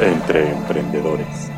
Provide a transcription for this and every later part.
Entre emprendedores.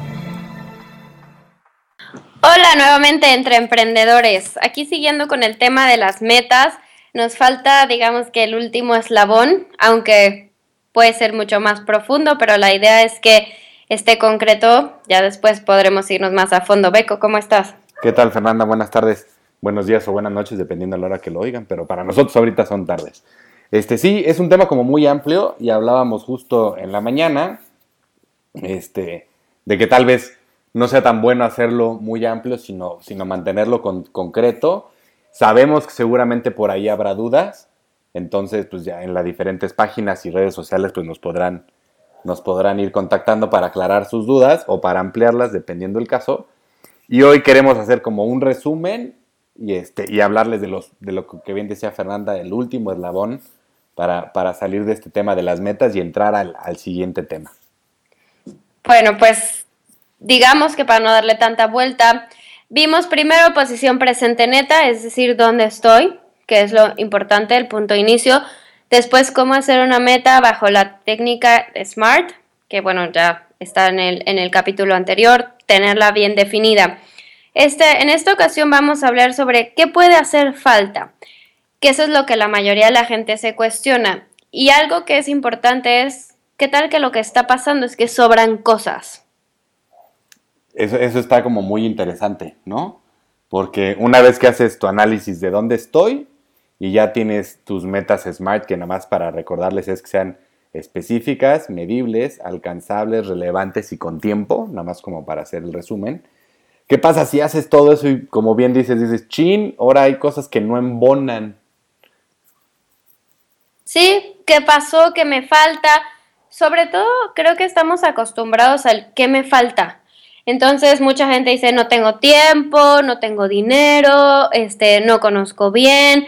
Hola nuevamente entre emprendedores. Aquí siguiendo con el tema de las metas, nos falta, digamos que el último eslabón, aunque puede ser mucho más profundo, pero la idea es que esté concreto. Ya después podremos irnos más a fondo. Beco, ¿cómo estás? ¿Qué tal, Fernanda? Buenas tardes, buenos días o buenas noches, dependiendo de la hora que lo oigan, pero para nosotros ahorita son tardes. Sí, es un tema como muy amplio y hablábamos justo en la mañana, de que tal vez no sea tan bueno hacerlo muy amplio, sino mantenerlo concreto. Sabemos que seguramente por ahí habrá dudas, entonces pues ya en las diferentes páginas y redes sociales pues nos podrán ir contactando para aclarar sus dudas o para ampliarlas dependiendo del caso. Y hoy queremos hacer como un resumen y hablarles de lo que bien decía Fernanda, el último eslabón para salir de este tema de las metas y entrar al siguiente tema. Bueno, pues digamos que para no darle tanta vuelta, vimos primero posición presente neta, es decir, dónde estoy, que es lo importante, el punto de inicio. Después, cómo hacer una meta bajo la técnica SMART, que bueno, ya está en el capítulo anterior, tenerla bien definida. En esta ocasión vamos a hablar sobre qué puede hacer falta, que eso es lo que la mayoría de la gente se cuestiona. Y algo que es importante es, ¿qué tal que lo que está pasando es que sobran cosas? Eso está como muy interesante, ¿no? Porque una vez que haces tu análisis de dónde estoy y ya tienes tus metas SMART, que nada más para recordarles es que sean específicas, medibles, alcanzables, relevantes y con tiempo, nada más como para hacer el resumen. ¿Qué pasa si haces todo eso y como bien dices, chin, ahora hay cosas que no embonan? Sí, ¿qué pasó? ¿Qué me falta? Sobre todo creo que estamos acostumbrados al ¿qué me falta? Entonces mucha gente dice no tengo tiempo, no tengo dinero, no conozco bien.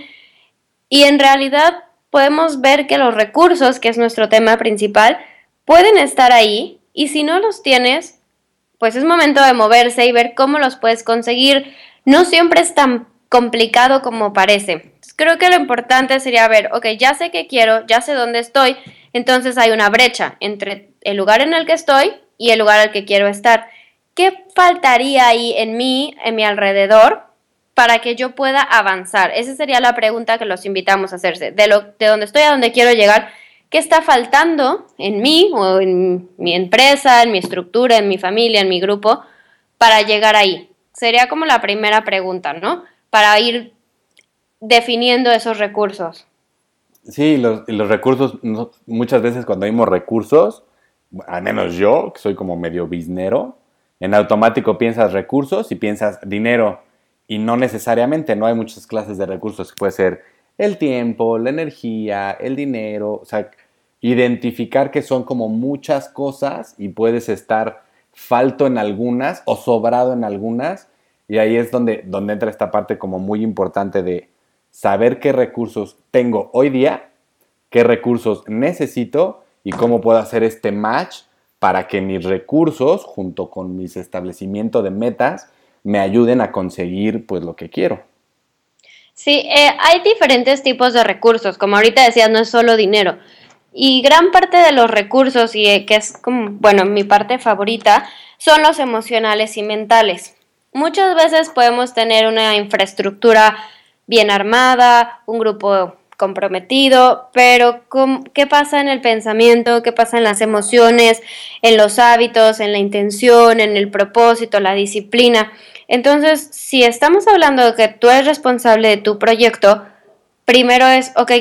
Y en realidad podemos ver que los recursos, que es nuestro tema principal, pueden estar ahí y si no los tienes, pues es momento de moverse y ver cómo los puedes conseguir. No siempre es tan complicado como parece. Entonces, creo que lo importante sería ver, ok, ya sé qué quiero, ya sé dónde estoy, entonces hay una brecha entre el lugar en el que estoy y el lugar al que quiero estar. ¿Qué faltaría ahí en mí, en mi alrededor, para que yo pueda avanzar? Esa sería la pregunta que los invitamos a hacerse. De donde estoy a donde quiero llegar, ¿qué está faltando en mí o en mi empresa, en mi estructura, en mi familia, en mi grupo, para llegar ahí? Sería como la primera pregunta, ¿no? Para ir definiendo esos recursos. Sí, los recursos, muchas veces cuando oímos recursos, al menos yo, que soy como medio biznero, en automático piensas recursos y piensas dinero. Y no necesariamente, no hay muchas clases de recursos, que puede ser el tiempo, la energía, el dinero, o sea, identificar que son como muchas cosas y puedes estar falto en algunas o sobrado en algunas. Y ahí es donde entra esta parte como muy importante de saber qué recursos tengo hoy día, qué recursos necesito y cómo puedo hacer este match para que mis recursos, junto con mis establecimientos de metas, me ayuden a conseguir pues lo que quiero. Sí, hay diferentes tipos de recursos, como ahorita decías, no es solo dinero. Y gran parte de los recursos, y que es como, bueno, mi parte favorita, son los emocionales y mentales. Muchas veces podemos tener una infraestructura bien armada, un grupo comprometido, pero ¿qué pasa en el pensamiento? ¿Qué pasa en las emociones, en los hábitos, en la intención, en el propósito, la disciplina? Entonces, si estamos hablando de que tú eres responsable de tu proyecto, primero es, ok,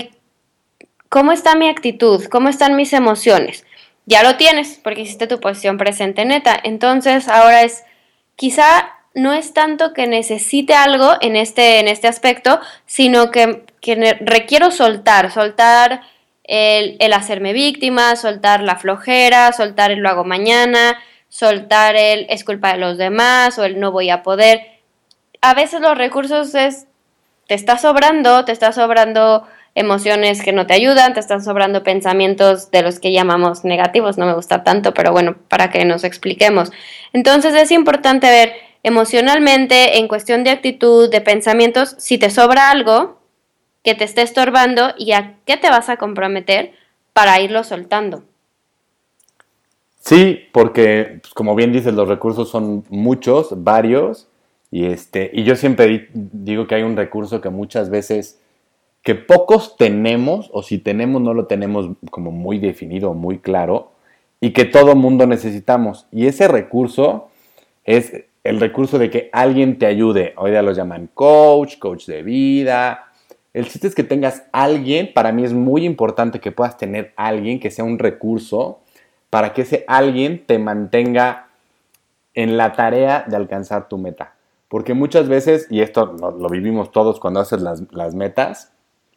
¿cómo está mi actitud? ¿Cómo están mis emociones? Ya lo tienes porque hiciste tu posición presente neta. Entonces, ahora es, quizá no es tanto que necesite algo en este aspecto, sino que requiero soltar el hacerme víctima, soltar la flojera, soltar el lo hago mañana, soltar el es culpa de los demás o el no voy a poder. A veces los recursos te está sobrando emociones que no te ayudan, te están sobrando pensamientos de los que llamamos negativos, no me gusta tanto, pero bueno, para que nos expliquemos. Entonces es importante ver emocionalmente, en cuestión de actitud, de pensamientos, si te sobra algo que te esté estorbando y a qué te vas a comprometer para irlo soltando. Sí, porque pues, como bien dices, los recursos son muchos, varios, y yo siempre digo que hay un recurso que muchas veces, que pocos tenemos, o si tenemos no lo tenemos como muy definido, muy claro, y que todo mundo necesitamos. Y ese recurso es el recurso de que alguien te ayude. Hoy día lo llaman coach, coach de vida. El chiste es que tengas alguien, para mí es muy importante que puedas tener alguien que sea un recurso para que ese alguien te mantenga en la tarea de alcanzar tu meta. Porque muchas veces, y esto lo vivimos todos cuando haces las metas,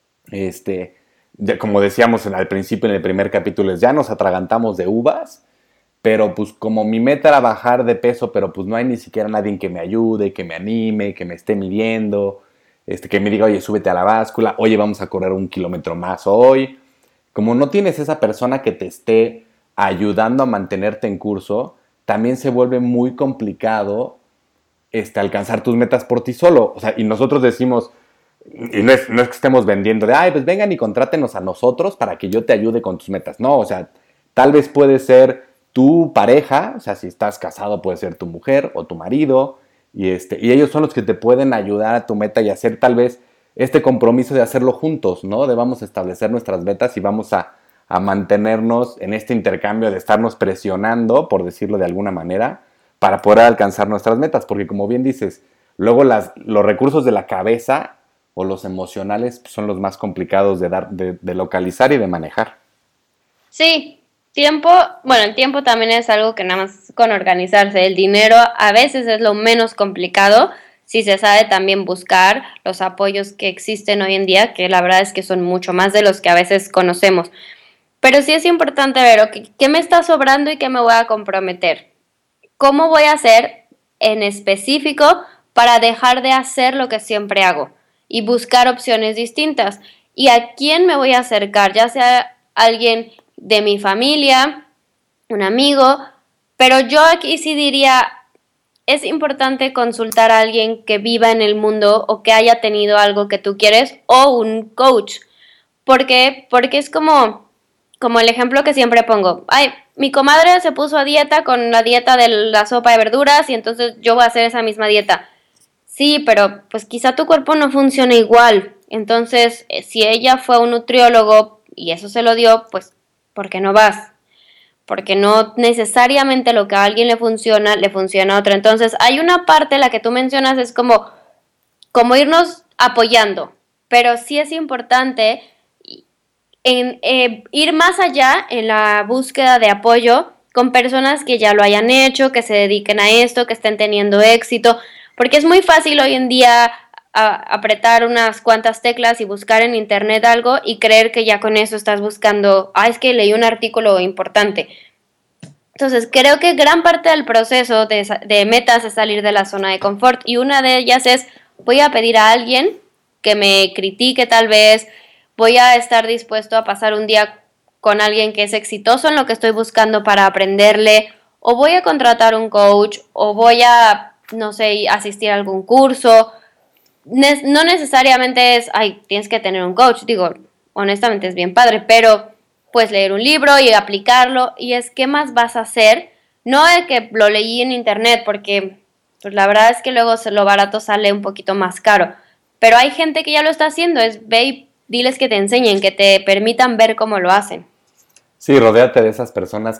como decíamos al principio en el primer capítulo, ya nos atragantamos de uvas, pero pues como mi meta era bajar de peso, pero pues no hay ni siquiera nadie que me ayude, que me anime, que me esté midiendo, que me diga, oye, súbete a la báscula, oye, vamos a correr 1 kilómetro más hoy. Como no tienes esa persona que te esté ayudando a mantenerte en curso, también se vuelve muy complicado alcanzar tus metas por ti solo. O sea, y nosotros decimos, y no es que estemos vendiendo de, ay, pues vengan y contrátenos a nosotros para que yo te ayude con tus metas. No, o sea, tal vez puede ser tu pareja, o sea, si estás casado puede ser tu mujer o tu marido, y ellos son los que te pueden ayudar a tu meta y hacer tal vez este compromiso de hacerlo juntos, ¿no? De vamos a establecer nuestras metas y vamos a mantenernos en este intercambio de estarnos presionando, por decirlo de alguna manera, para poder alcanzar nuestras metas, porque como bien dices, luego los recursos de la cabeza o los emocionales pues, son los más complicados de localizar y de manejar. Sí, tiempo, bueno, el tiempo también es algo que nada más con organizarse. El dinero a veces es lo menos complicado si se sabe también buscar los apoyos que existen hoy en día, que la verdad es que son mucho más de los que a veces conocemos. Pero sí es importante ver, ¿qué me está sobrando y qué me voy a comprometer? ¿Cómo voy a hacer en específico para dejar de hacer lo que siempre hago y buscar opciones distintas? ¿Y a quién me voy a acercar? Ya sea alguien de mi familia, un amigo, pero yo aquí sí diría, es importante consultar a alguien que viva en el mundo o que haya tenido algo que tú quieres o un coach. ¿Por qué? Porque es como el ejemplo que siempre pongo. Ay, mi comadre se puso a dieta con la dieta de la sopa de verduras y entonces yo voy a hacer esa misma dieta. Sí, pero pues quizá tu cuerpo no funcione igual. Entonces, si ella fue a un nutriólogo y eso se lo dio, pues, ¿por qué no vas? Porque no necesariamente lo que a alguien le funciona a otro. Entonces, hay una parte, la que tú mencionas, es como irnos apoyando, pero sí es importante ir más allá en la búsqueda de apoyo con personas que ya lo hayan hecho, que se dediquen a esto, que estén teniendo éxito, porque es muy fácil hoy en día apretar unas cuantas teclas y buscar en internet algo y creer que ya con eso estás buscando, es que leí un artículo importante. Entonces, creo que gran parte del proceso de metas es salir de la zona de confort y una de ellas es, voy a pedir a alguien que me critique tal vez, voy a estar dispuesto a pasar un día con alguien que es exitoso en lo que estoy buscando para aprenderle, o voy a contratar un coach, o voy a, no sé, asistir a algún curso. No necesariamente es, tienes que tener un coach, digo, honestamente es bien padre, pero puedes leer un libro y aplicarlo, y es, ¿qué más vas a hacer? No es que lo leí en internet, porque pues la verdad es que luego lo barato sale un poquito más caro, pero hay gente que ya lo está haciendo, es ve y diles que te enseñen, que te permitan ver cómo lo hacen. Sí, rodéate de esas personas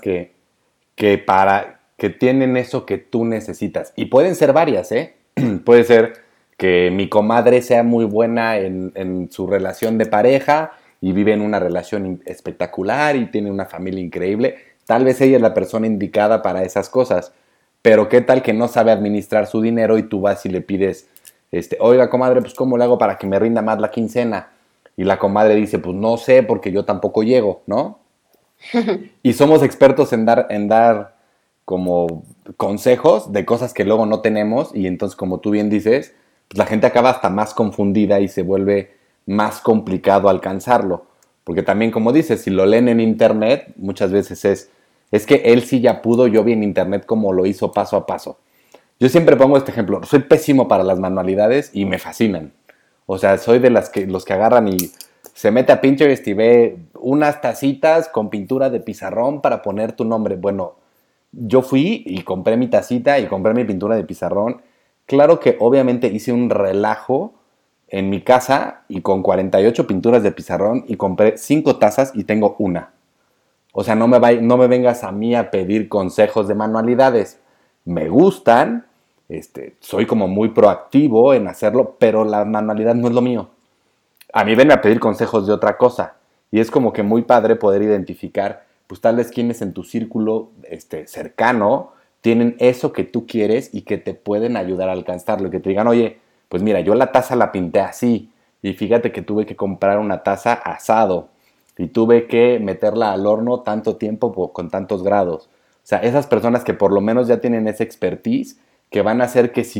que tienen eso que tú necesitas. Y pueden ser varias, ¿eh? Puede ser que mi comadre sea muy buena en su relación de pareja y vive en una relación espectacular y tiene una familia increíble. Tal vez ella es la persona indicada para esas cosas. Pero qué tal que no sabe administrar su dinero y tú vas y le pides, oiga, comadre, pues ¿cómo le hago para que me rinda más la quincena? Y la comadre dice, pues no sé, porque yo tampoco llego, ¿no? Y somos expertos en dar como consejos de cosas que luego no tenemos y entonces, como tú bien dices, pues la gente acaba hasta más confundida y se vuelve más complicado alcanzarlo. Porque también, como dices, si lo leen en internet, muchas veces es que él sí ya pudo, yo vi en internet cómo lo hizo paso a paso. Yo siempre pongo este ejemplo, soy pésimo para las manualidades y me fascinan. O sea, soy de los que agarran y se mete a Pinterest y ve unas tacitas con pintura de pizarrón para poner tu nombre. Bueno, yo fui y compré mi tacita y compré mi pintura de pizarrón. Claro que obviamente hice un relajo en mi casa y con 48 pinturas de pizarrón y compré 5 tazas y tengo una. O sea, no me vengas a mí a pedir consejos de manualidades. Me gustan, soy como muy proactivo en hacerlo, pero la manualidad no es lo mío. A mí venme a pedir consejos de otra cosa. Y es como que muy padre poder identificar, pues tal vez quienes en tu círculo cercano tienen eso que tú quieres y que te pueden ayudar a alcanzarlo. Y que te digan, oye, pues mira, yo la taza la pinté así. Y fíjate que tuve que comprar una taza asado. Y tuve que meterla al horno tanto tiempo con tantos grados. O sea, esas personas que por lo menos ya tienen esa expertise, que van a hacer que si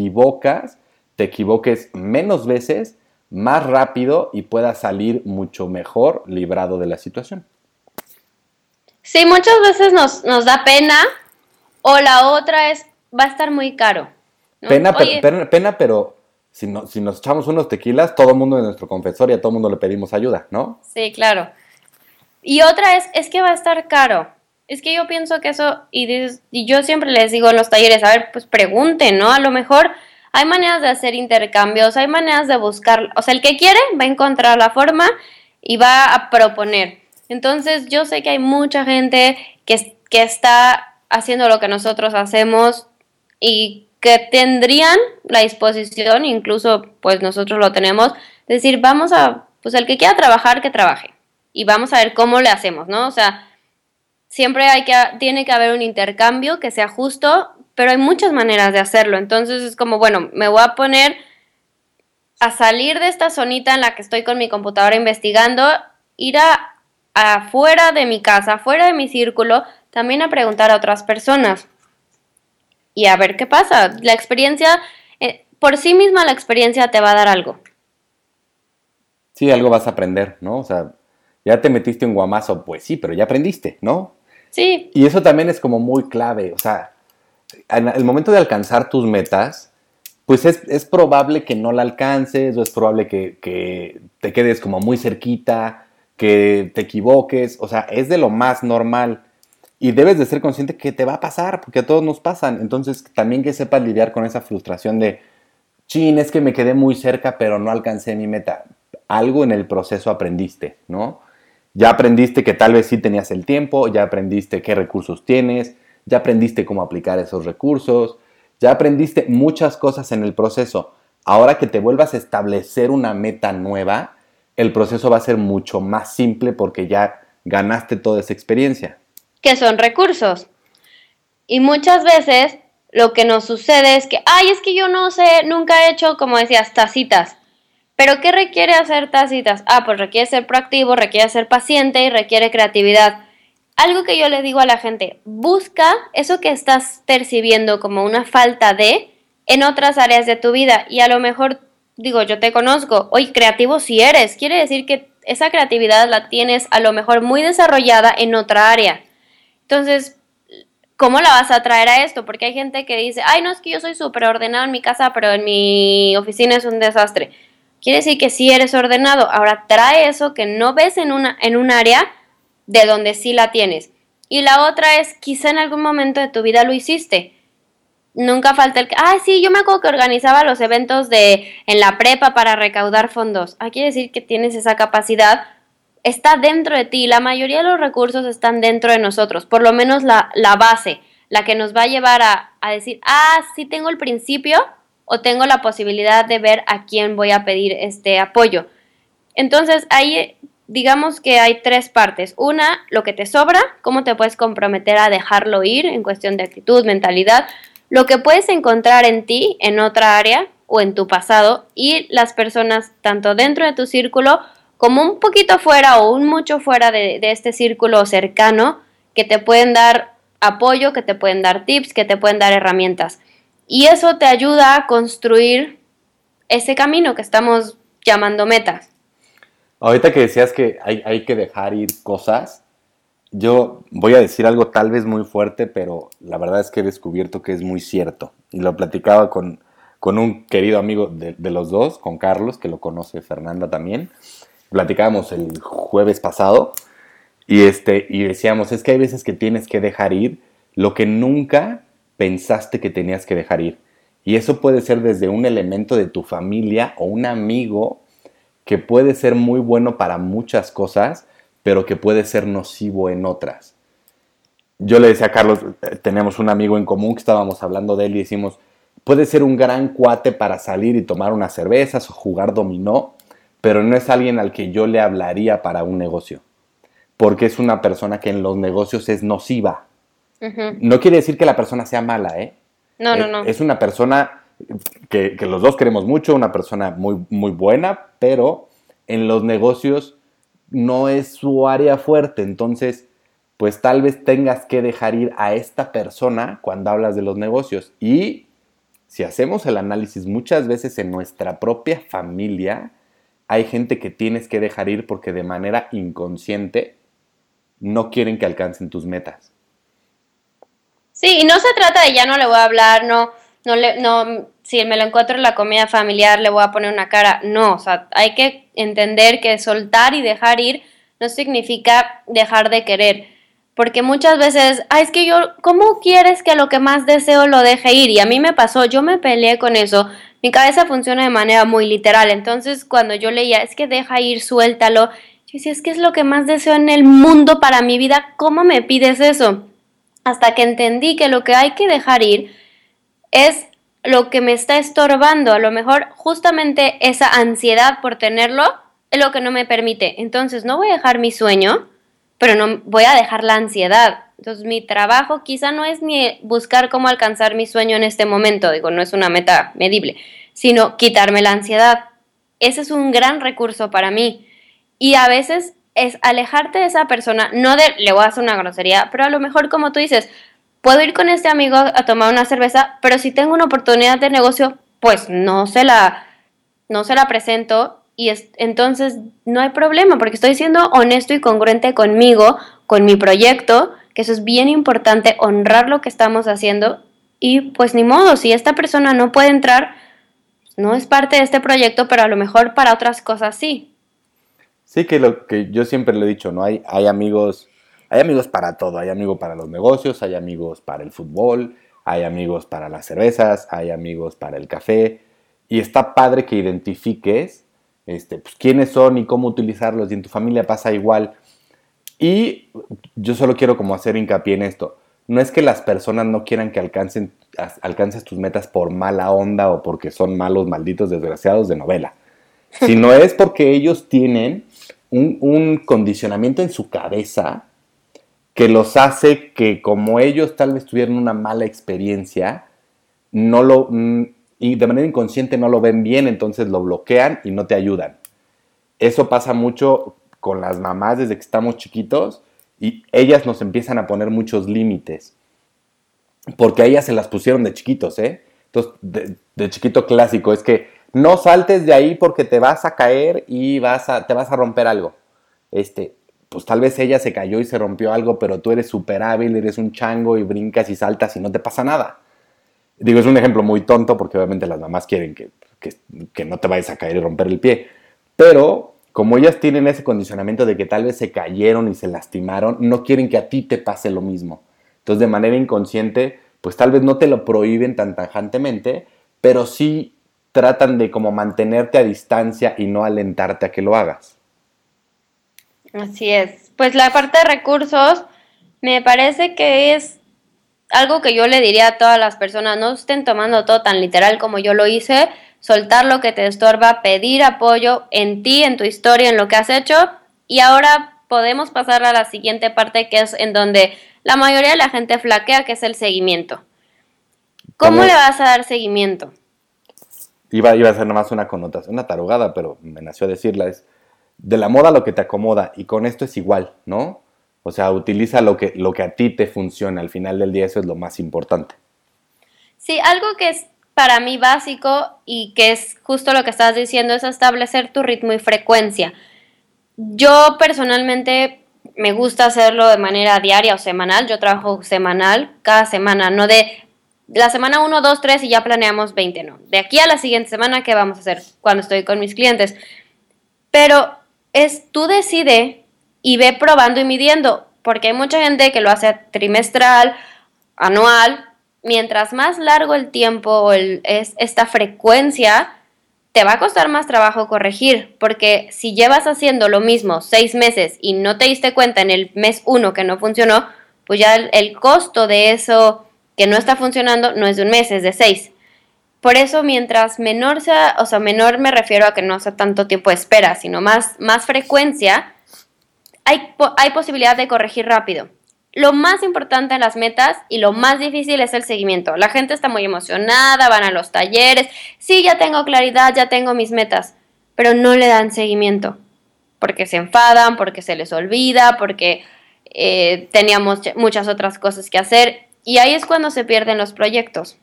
te equivoques menos veces, más rápido y puedas salir mucho mejor librado de la situación. Sí, muchas veces nos da pena o la otra es, va a estar muy caro, ¿no? Oye, Pena, pero si nos echamos unos tequilas, todo el mundo en nuestro confesor y a todo el mundo le pedimos ayuda, ¿no? sí, claro. Y otra es que va a estar caro. Es que yo pienso que eso, y yo siempre les digo en los talleres, a ver, pues pregunten, ¿no? A lo mejor hay maneras de hacer intercambios, hay maneras de buscar, o sea, el que quiere va a encontrar la forma y va a proponer. Entonces, yo sé que hay mucha gente que está haciendo lo que nosotros hacemos y que tendrían la disposición, incluso pues nosotros lo tenemos, decir, vamos a, pues el que quiera trabajar, que trabaje. Y vamos a ver cómo le hacemos, ¿no? O sea, siempre tiene que haber un intercambio que sea justo, pero hay muchas maneras de hacerlo. Entonces es como, bueno, me voy a poner a salir de esta zonita en la que estoy con mi computadora investigando, ir afuera de mi casa, afuera de mi círculo, también a preguntar a otras personas y a ver qué pasa. La experiencia, por sí misma la experiencia te va a dar algo. Sí, algo vas a aprender, ¿no? O sea, ya te metiste un guamazo, pues sí, pero ya aprendiste, ¿no? Sí. Y eso también es como muy clave, o sea, en el momento de alcanzar tus metas, pues es probable que no la alcances o es probable que te quedes como muy cerquita, que te equivoques, o sea, es de lo más normal y debes de ser consciente que te va a pasar, porque a todos nos pasan, entonces también que sepas lidiar con esa frustración de, chin, es que me quedé muy cerca pero no alcancé mi meta, algo en el proceso aprendiste, ¿no? Ya aprendiste que tal vez sí tenías el tiempo, ya aprendiste qué recursos tienes, ya aprendiste cómo aplicar esos recursos, ya aprendiste muchas cosas en el proceso. Ahora que te vuelvas a establecer una meta nueva, el proceso va a ser mucho más simple porque ya ganaste toda esa experiencia. Que son recursos. Y muchas veces lo que nos sucede es que, ay, es que yo no sé, nunca he hecho, como decías, tacitas. ¿Pero qué requiere hacer tacitas? Ah, pues requiere ser proactivo, requiere ser paciente y requiere creatividad. Algo que yo le digo a la gente, busca eso que estás percibiendo como una falta de en otras áreas de tu vida. Y a lo mejor, digo, yo te conozco, oye, creativo si eres, quiere decir que esa creatividad la tienes a lo mejor muy desarrollada en otra área. Entonces, ¿cómo la vas a traer a esto? Porque hay gente que dice, ay, no, es que yo soy súper ordenado en mi casa, pero en mi oficina es un desastre. Quiere decir que sí eres ordenado. Ahora trae eso que no ves en un área de donde sí la tienes. Y la otra es, quizá en algún momento de tu vida lo hiciste. Nunca falta el que, ay, sí, yo me acuerdo que organizaba los eventos en la prepa para recaudar fondos. Quiere decir que tienes esa capacidad, está dentro de ti. La mayoría de los recursos están dentro de nosotros, por lo menos la base, la que nos va a llevar a decir, sí tengo el principio o tengo la posibilidad de ver a quién voy a pedir este apoyo. Entonces, ahí digamos que hay 3 partes. Una, lo que te sobra, cómo te puedes comprometer a dejarlo ir en cuestión de actitud, mentalidad, lo que puedes encontrar en ti, en otra área o en tu pasado, y las personas tanto dentro de tu círculo como un poquito fuera o un mucho fuera de este círculo cercano que te pueden dar apoyo, que te pueden dar tips, que te pueden dar herramientas. Y eso te ayuda a construir ese camino que estamos llamando metas. Ahorita que decías que hay que dejar ir cosas, yo voy a decir algo tal vez muy fuerte, pero la verdad es que he descubierto que es muy cierto. Y lo platicaba con un querido amigo de los dos, con Carlos, que lo conoce Fernanda también. Platicábamos el jueves pasado y decíamos, es que hay veces que tienes que dejar ir lo que nunca pensaste que tenías que dejar ir. Y eso puede ser desde un elemento de tu familia o un amigo que puede ser muy bueno para muchas cosas, pero que puede ser nocivo en otras. Yo le decía a Carlos, tenemos un amigo en común que estábamos hablando de él y decimos, puede ser un gran cuate para salir y tomar unas cervezas o jugar dominó, pero no es alguien al que yo le hablaría para un negocio, porque es una persona que en los negocios es nociva. Ujú. No quiere decir que la persona sea mala, ¿eh? No, no, no. Es una persona que los dos queremos mucho, una persona muy, muy buena, pero en los negocios no es su área fuerte. Entonces, pues tal vez tengas que dejar ir a esta persona cuando hablas de los negocios. Y si hacemos el análisis muchas veces en nuestra propia familia, hay gente que tienes que dejar ir porque de manera inconsciente no quieren que alcancen tus metas. Sí, y no se trata de ya no le voy a hablar, si me lo encuentro en la comida familiar le voy a poner una cara, no, o sea, hay que entender que soltar y dejar ir no significa dejar de querer, porque muchas veces, es que ¿cómo quieres que lo que más deseo lo deje ir? Y a mí me pasó, yo me peleé con eso, mi cabeza funciona de manera muy literal, entonces cuando yo leía, es que deja ir, suéltalo, yo decía, es que es lo que más deseo en el mundo para mi vida, ¿cómo me pides eso? Hasta que entendí que lo que hay que dejar ir es lo que me está estorbando. A lo mejor justamente esa ansiedad por tenerlo es lo que no me permite. Entonces no voy a dejar mi sueño, pero no voy a dejar la ansiedad. Entonces mi trabajo quizá no es ni buscar cómo alcanzar mi sueño en este momento, digo, no es una meta medible, sino quitarme la ansiedad. Ese es un gran recurso para mí. Y a veces es alejarte de esa persona, no de le voy a hacer una grosería, pero a lo mejor como tú dices, puedo ir con este amigo a tomar una cerveza, pero si tengo una oportunidad de negocio, pues no se la presento y entonces no hay problema porque estoy siendo honesto y congruente conmigo, con mi proyecto, que eso es bien importante, honrar lo que estamos haciendo y pues ni modo, si esta persona no puede entrar, no es parte de este proyecto, pero a lo mejor para otras cosas sí. Sí, que lo que yo siempre le he dicho, ¿no? Hay amigos para todo, hay amigos para los negocios, hay amigos para el fútbol, hay amigos para las cervezas, hay amigos para el café, y está padre que identifiques pues, quiénes son y cómo utilizarlos, y en tu familia pasa igual. Y yo solo quiero como hacer hincapié en esto. No es que las personas no quieran que alcances tus metas por mala onda o porque son malos, malditos, desgraciados de novela, sino es porque ellos tienen un condicionamiento en su cabeza que los hace que como ellos tal vez tuvieron una mala experiencia, no lo y de manera inconsciente no lo ven bien, entonces lo bloquean y no te ayudan. Eso pasa mucho con las mamás desde que estamos chiquitos y ellas nos empiezan a poner muchos límites porque a ellas se las pusieron de chiquitos, ¿eh? Entonces, de chiquito clásico, es que no saltes de ahí porque te vas a caer y te vas a romper algo. Pues tal vez ella se cayó y se rompió algo, pero tú eres súper hábil, eres un chango y brincas y saltas y no te pasa nada. Digo, es un ejemplo muy tonto porque obviamente las mamás quieren que no te vayas a caer y romper el pie. Pero como ellas tienen ese condicionamiento de que tal vez se cayeron y se lastimaron, no quieren que a ti te pase lo mismo. Entonces, de manera inconsciente, pues tal vez no te lo prohíben tan tajantemente, pero sí tratan de como mantenerte a distancia y no alentarte a que lo hagas. Así es. Pues la parte de recursos me parece que es algo que yo le diría a todas las personas, no estén tomando todo tan literal como yo lo hice, soltar lo que te estorba, pedir apoyo en ti, en tu historia, en lo que has hecho y ahora podemos pasar a la siguiente parte que es en donde la mayoría de la gente flaquea, que es el seguimiento. ¿Cómo le Como vas a dar seguimiento? iba a ser nomás una connotación, una tarugada, pero me nació decirla, es de la moda lo que te acomoda y con esto es igual, ¿no? O sea, utiliza lo que a ti te funciona, al final del día eso es lo más importante. Sí, algo que es para mí básico y que es justo lo que estás diciendo es establecer tu ritmo y frecuencia. Yo personalmente me gusta hacerlo de manera diaria o semanal. Yo trabajo semanal, cada semana, no de la semana 1, 2, 3 y ya planeamos 20, no. De aquí a la siguiente semana, ¿qué vamos a hacer cuando estoy con mis clientes? Pero tú decide y ve probando y midiendo, porque hay mucha gente que lo hace trimestral anual, mientras más largo el tiempo o esta frecuencia, te va a costar más trabajo corregir, porque si llevas haciendo lo mismo 6 meses y no te diste cuenta en el mes 1 que no funcionó, pues ya el costo de eso que no está funcionando no es de un mes, es de 6. Por eso, mientras menor sea, o sea, menor me refiero a que no sea tanto tiempo de espera, sino más frecuencia, hay posibilidad de corregir rápido. Lo más importante en las metas y lo más difícil es el seguimiento. La gente está muy emocionada, van a los talleres, sí, ya tengo claridad, ya tengo mis metas, pero no le dan seguimiento, porque se enfadan, porque se les olvida, porque teníamos muchas otras cosas que hacer, y ahí es cuando se pierden los proyectos.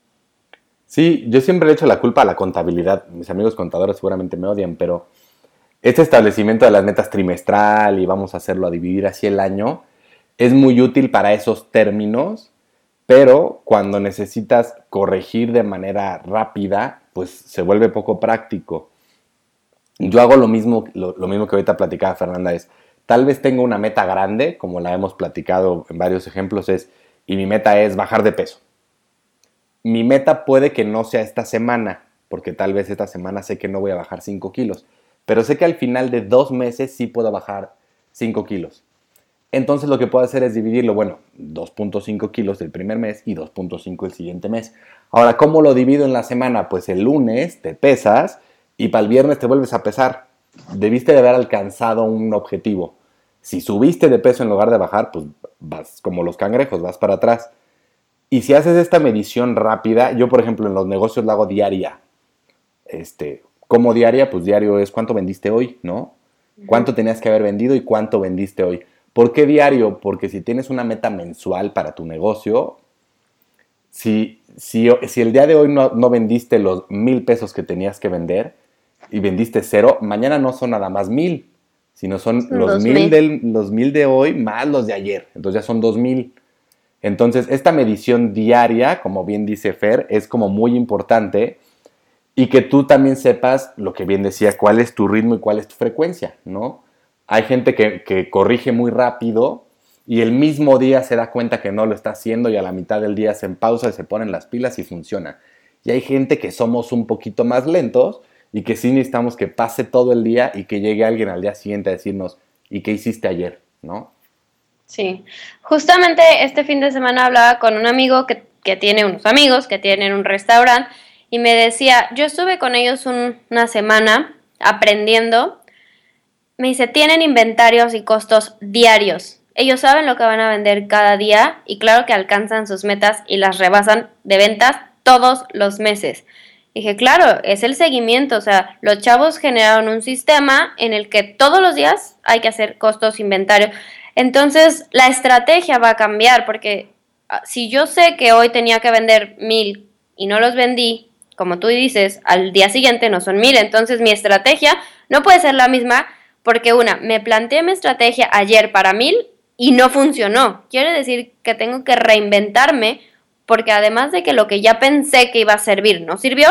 Sí, yo siempre le echo la culpa a la contabilidad. Mis amigos contadores seguramente me odian, pero este establecimiento de las metas trimestral y vamos a hacerlo a dividir así el año es muy útil para esos términos, pero cuando necesitas corregir de manera rápida, pues se vuelve poco práctico. Yo hago lo mismo que ahorita platicaba Fernanda, es tal vez tengo una meta grande, como la hemos platicado en varios ejemplos, y mi meta es bajar de peso. Mi meta puede que no sea esta semana, porque tal vez esta semana sé que no voy a bajar 5 kilos, pero sé que al final de 2 meses sí puedo bajar 5 kilos. Entonces lo que puedo hacer es dividirlo, 2.5 kilos el primer mes y 2.5 el siguiente mes. Ahora, ¿cómo lo divido en la semana? Pues el lunes te pesas y para el viernes te vuelves a pesar. Debiste de haber alcanzado un objetivo. Si subiste de peso en lugar de bajar, pues vas como los cangrejos, vas para atrás. Y si haces esta medición rápida, yo por ejemplo en los negocios la hago diaria. ¿Cómo diaria? Pues diario es cuánto vendiste hoy, ¿no? Cuánto tenías que haber vendido y cuánto vendiste hoy. ¿Por qué diario? Porque si tienes una meta mensual para tu negocio, si el día de hoy no vendiste los 1,000 pesos que tenías que vender y vendiste 0, mañana no son nada más 1,000, sino son los 1,000 de hoy más los de ayer. Entonces ya son 2,000. Entonces esta medición diaria, como bien dice Fer, es como muy importante y que tú también sepas lo que bien decía, cuál es tu ritmo y cuál es tu frecuencia, ¿no? Hay gente que corrige muy rápido y el mismo día se da cuenta que no lo está haciendo y a la mitad del día se pausa y se ponen las pilas y funciona. Y hay gente que somos un poquito más lentos y que sí necesitamos que pase todo el día y que llegue alguien al día siguiente a decirnos, ¿y qué hiciste ayer? ¿No? Sí, justamente este fin de semana hablaba con un amigo que tiene unos amigos que tienen un restaurante y me decía, yo estuve con ellos una semana aprendiendo. Me dice, tienen inventarios y costos diarios. Ellos saben lo que van a vender cada día y claro que alcanzan sus metas y las rebasan de ventas todos los meses. Dije, claro, es el seguimiento, o sea, los chavos generaron un sistema en el que todos los días hay que hacer costos, inventario. Entonces, la estrategia va a cambiar porque si yo sé que hoy tenía que vender 1,000 y no los vendí, como tú dices, al día siguiente no son 1,000, entonces mi estrategia no puede ser la misma porque me planteé mi estrategia ayer para 1,000 y no funcionó. Quiere decir que tengo que reinventarme porque además de que lo que ya pensé que iba a servir no sirvió,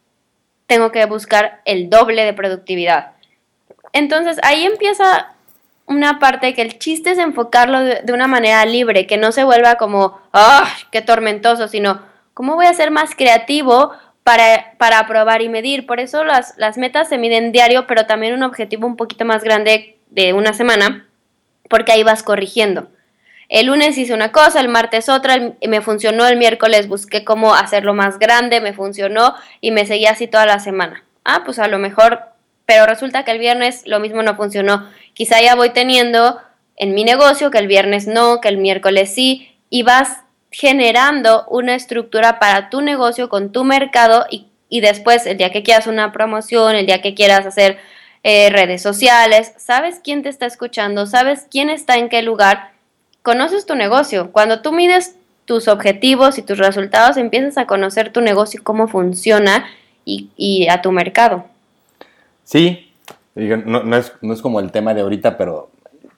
tengo que buscar el doble de productividad. Entonces ahí empieza una parte que el chiste es enfocarlo de una manera libre, que no se vuelva como, ¡ah, qué tormentoso!, sino, ¿cómo voy a ser más creativo para probar y medir? Por eso las metas se miden diario, pero también un objetivo un poquito más grande de una semana, porque ahí vas corrigiendo. El lunes hice una cosa, el martes otra, me funcionó, el miércoles busqué cómo hacerlo más grande, me funcionó y me seguí así toda la semana. Pues a lo mejor, pero resulta que el viernes lo mismo no funcionó. Quizá ya voy teniendo en mi negocio que el viernes no, que el miércoles sí, y vas generando una estructura para tu negocio con tu mercado y después el día que quieras una promoción, el día que quieras hacer redes sociales, sabes quién te está escuchando, sabes quién está en qué lugar, conoces tu negocio. Cuando tú mides tus objetivos y tus resultados, empiezas a conocer tu negocio, cómo funciona y a tu mercado. Sí, no es como el tema de ahorita, pero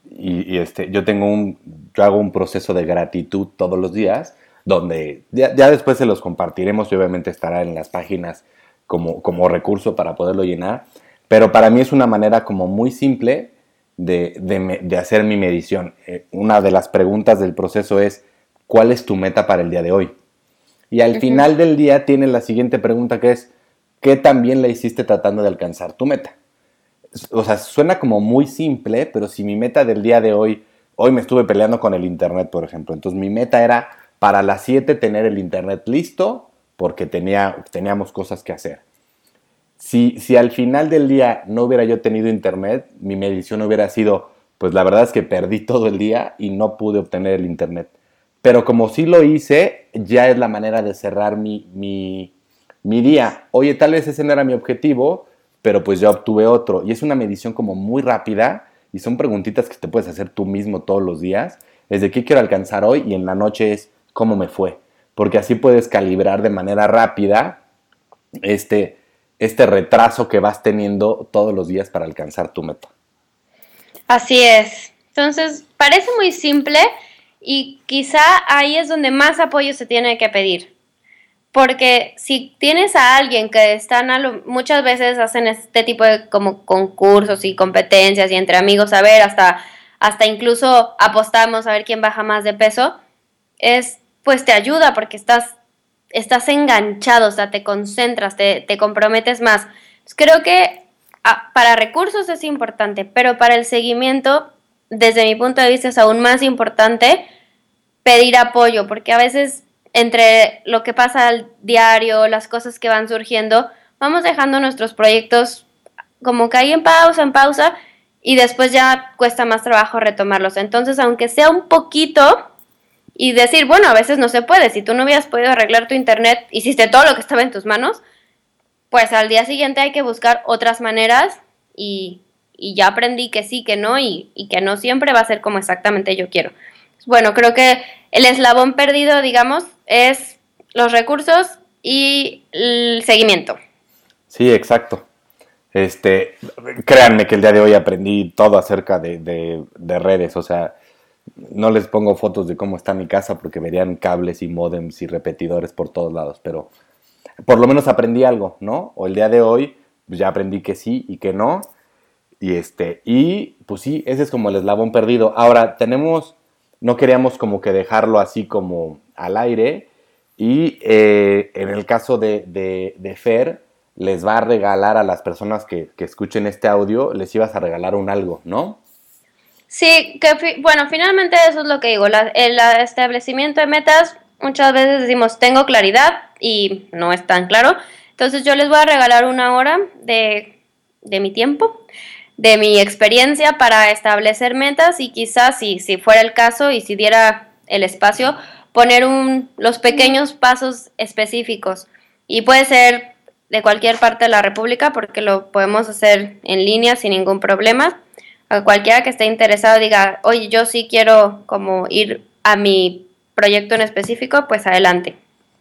yo hago un proceso de gratitud todos los días, donde ya después se los compartiremos y obviamente estará en las páginas como recurso para poderlo llenar, pero para mí es una manera como muy simple de hacer mi medición. Una de las preguntas del proceso es, ¿cuál es tu meta para el día de hoy? Y al final del día tienes la siguiente pregunta, que es, ¿qué tan bien la hiciste tratando de alcanzar tu meta? O sea, suena como muy simple, pero si mi meta del día de hoy me estuve peleando con el internet, por ejemplo. Entonces mi meta era para las 7 tener el internet listo porque teníamos cosas que hacer. Si al final del día no hubiera yo tenido internet, mi medición hubiera sido, pues la verdad es que perdí todo el día y no pude obtener el internet. Pero como sí lo hice, ya es la manera de cerrar mi día. Oye, tal vez ese no era mi objetivo, pero pues ya obtuve otro. Y es una medición como muy rápida y son preguntitas que te puedes hacer tú mismo todos los días. Es de qué quiero alcanzar hoy y en la noche es cómo me fue. Porque así puedes calibrar de manera rápida este retraso que vas teniendo todos los días para alcanzar tu meta. Así es. Entonces, parece muy simple y quizá ahí es donde más apoyo se tiene que pedir. Porque si tienes a alguien que muchas veces hacen este tipo de como concursos y competencias y entre amigos, a ver, hasta incluso apostamos a ver quién baja más de peso, pues te ayuda porque estás enganchado, o sea, te concentras, te comprometes más. Pues creo que para recursos es importante, pero para el seguimiento, desde mi punto de vista, es aún más importante pedir apoyo, porque a veces entre lo que pasa al diario, las cosas que van surgiendo, vamos dejando nuestros proyectos como que ahí en pausa, y después ya cuesta más trabajo retomarlos. Entonces, aunque sea un poquito, y decir, bueno, a veces no se puede, si tú no hubieras podido arreglar tu internet, hiciste todo lo que estaba en tus manos, pues al día siguiente hay que buscar otras maneras, y ya aprendí que sí, que no, y que no siempre va a ser como exactamente yo quiero. Bueno, creo que el eslabón perdido, digamos, es los recursos y el seguimiento. Sí, exacto. Créanme que el día de hoy aprendí todo acerca de redes, o sea, no les pongo fotos de cómo está mi casa porque verían cables y módems y repetidores por todos lados, pero por lo menos aprendí algo, ¿no? O el día de hoy pues ya aprendí que sí y que no, y pues sí, ese es como el eslabón perdido. Ahora, no queríamos como que dejarlo así como al aire, y en el caso de Fer, les va a regalar a las personas que escuchen este audio, les ibas a regalar un algo, ¿no? Sí, bueno, finalmente eso es lo que digo, el establecimiento de metas, muchas veces decimos, tengo claridad y no es tan claro, entonces yo les voy a regalar una hora de mi tiempo, de mi experiencia para establecer metas, y quizás si fuera el caso y si diera el espacio, poner los pequeños pasos específicos, y puede ser de cualquier parte de la República porque lo podemos hacer en línea sin ningún problema. A cualquiera que esté interesado diga, oye, yo sí quiero como ir a mi proyecto en específico, pues adelante.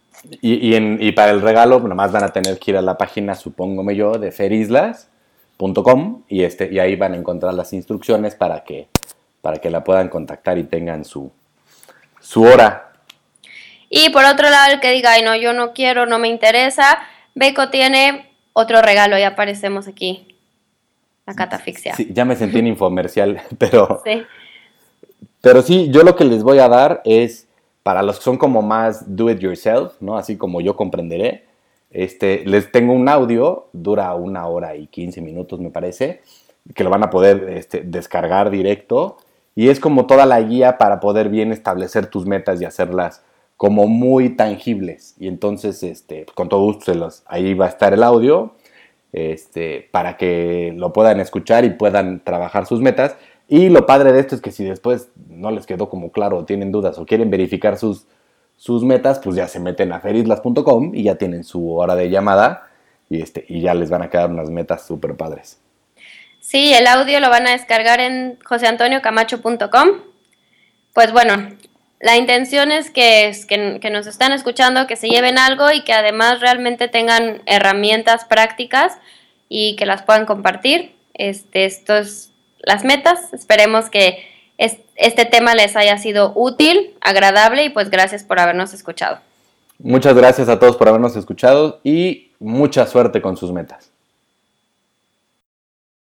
Y para el regalo, nomás van a tener que ir a la página, supóngome yo, de ferislas.com, y ahí van a encontrar las instrucciones para que la puedan contactar y tengan su hora. Y por otro lado, el que diga, ay, no, yo no quiero, no me interesa, Beco tiene otro regalo, ya aparecemos aquí. La catafixia. Sí, ya me sentí en infomercial, pero sí. Pero sí, yo lo que les voy a dar es, para los que son como más do it yourself, ¿no? Así como yo comprenderé, les tengo un audio, dura 1 hora y 15 minutos me parece, que lo van a poder descargar directo, y es como toda la guía para poder bien establecer tus metas y hacerlas como muy tangibles. Y entonces, con todo gusto, ahí va a estar el audio, para que lo puedan escuchar y puedan trabajar sus metas. Y lo padre de esto es que si después no les quedó como claro, o tienen dudas o quieren verificar sus metas, pues ya se meten a ferislas.com y ya tienen su hora de llamada, y ya les van a quedar unas metas súper padres. Sí, el audio lo van a descargar en joseantoniocamacho.com. Pues bueno, la intención es que nos están escuchando, que se lleven algo y que además realmente tengan herramientas prácticas y que las puedan compartir. Esto es las metas. Esperemos que este tema les haya sido útil, agradable, y pues gracias por habernos escuchado. Muchas gracias a todos por habernos escuchado y mucha suerte con sus metas.